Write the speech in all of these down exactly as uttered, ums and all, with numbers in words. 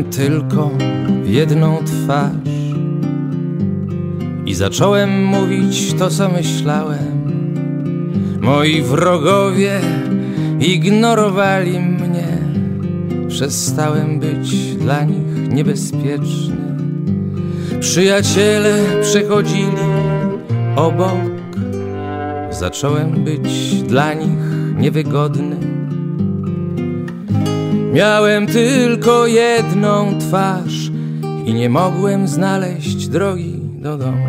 tylko jedną twarz i zacząłem mówić to, co myślałem. Moi wrogowie ignorowali mnie, przestałem być dla nich niebezpieczny. Przyjaciele przechodzili obok, zacząłem być dla nich niewygodny. Miałem tylko jedną twarz i nie mogłem znaleźć drogi do domu.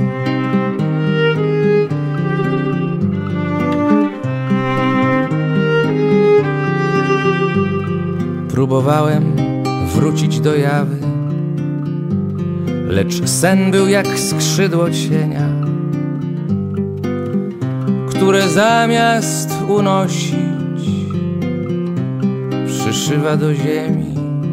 Próbowałem wrócić do jawy, lecz sen był jak skrzydło cienia, które zamiast unosić przyszywa do ziemi.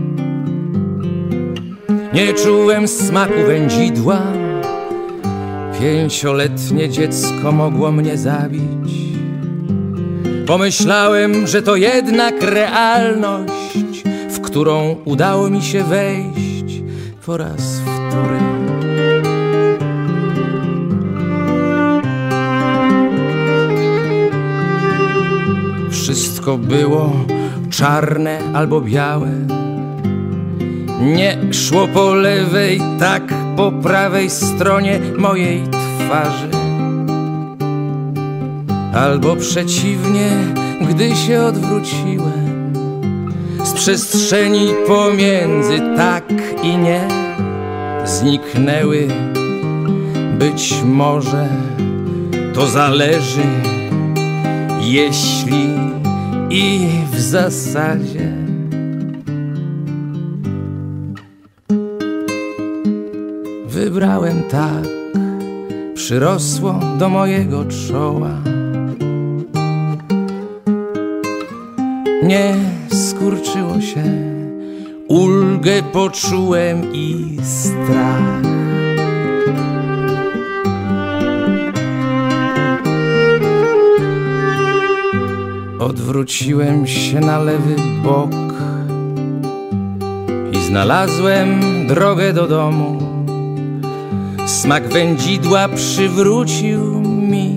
Nie czułem smaku wędzidła, pięcioletnie dziecko mogło mnie zabić. Pomyślałem, że to jednak realność, w którą udało mi się wejść po raz wtóry. Wszystko było czarne albo białe, nie szło po lewej, tak po prawej stronie mojej twarzy. Albo przeciwnie, gdy się odwróciłem, z przestrzeni pomiędzy tak i nie zniknęły. Być może to zależy, jeśli i w zasadzie. Wybrałem tak, przyrosło do mojego czoła. Nie skurczyło się, ulgę poczułem i strach. Odwróciłem się na lewy bok i znalazłem drogę do domu. Smak wędzidła przywrócił mi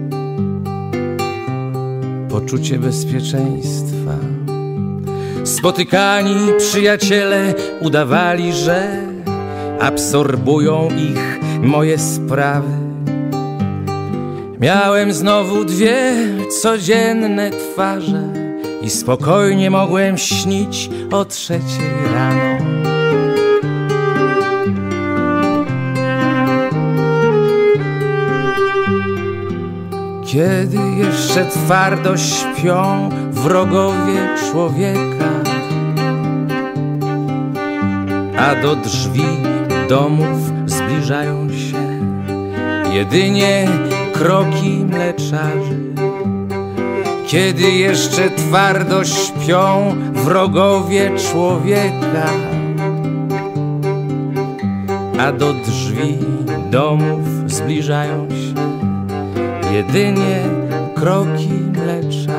poczucie bezpieczeństwa. Spotykani przyjaciele udawali, że absorbują ich moje sprawy. Miałem znowu dwie codzienne twarze i spokojnie mogłem śnić o trzeciej rano. Kiedy jeszcze twardo śpią wrogowie człowieka, a do drzwi domów zbliżają się jedynie kroki mleczarzy. Kiedy jeszcze twardo śpią wrogowie człowieka, a do drzwi domów zbliżają się jedynie kroki mleczarzy.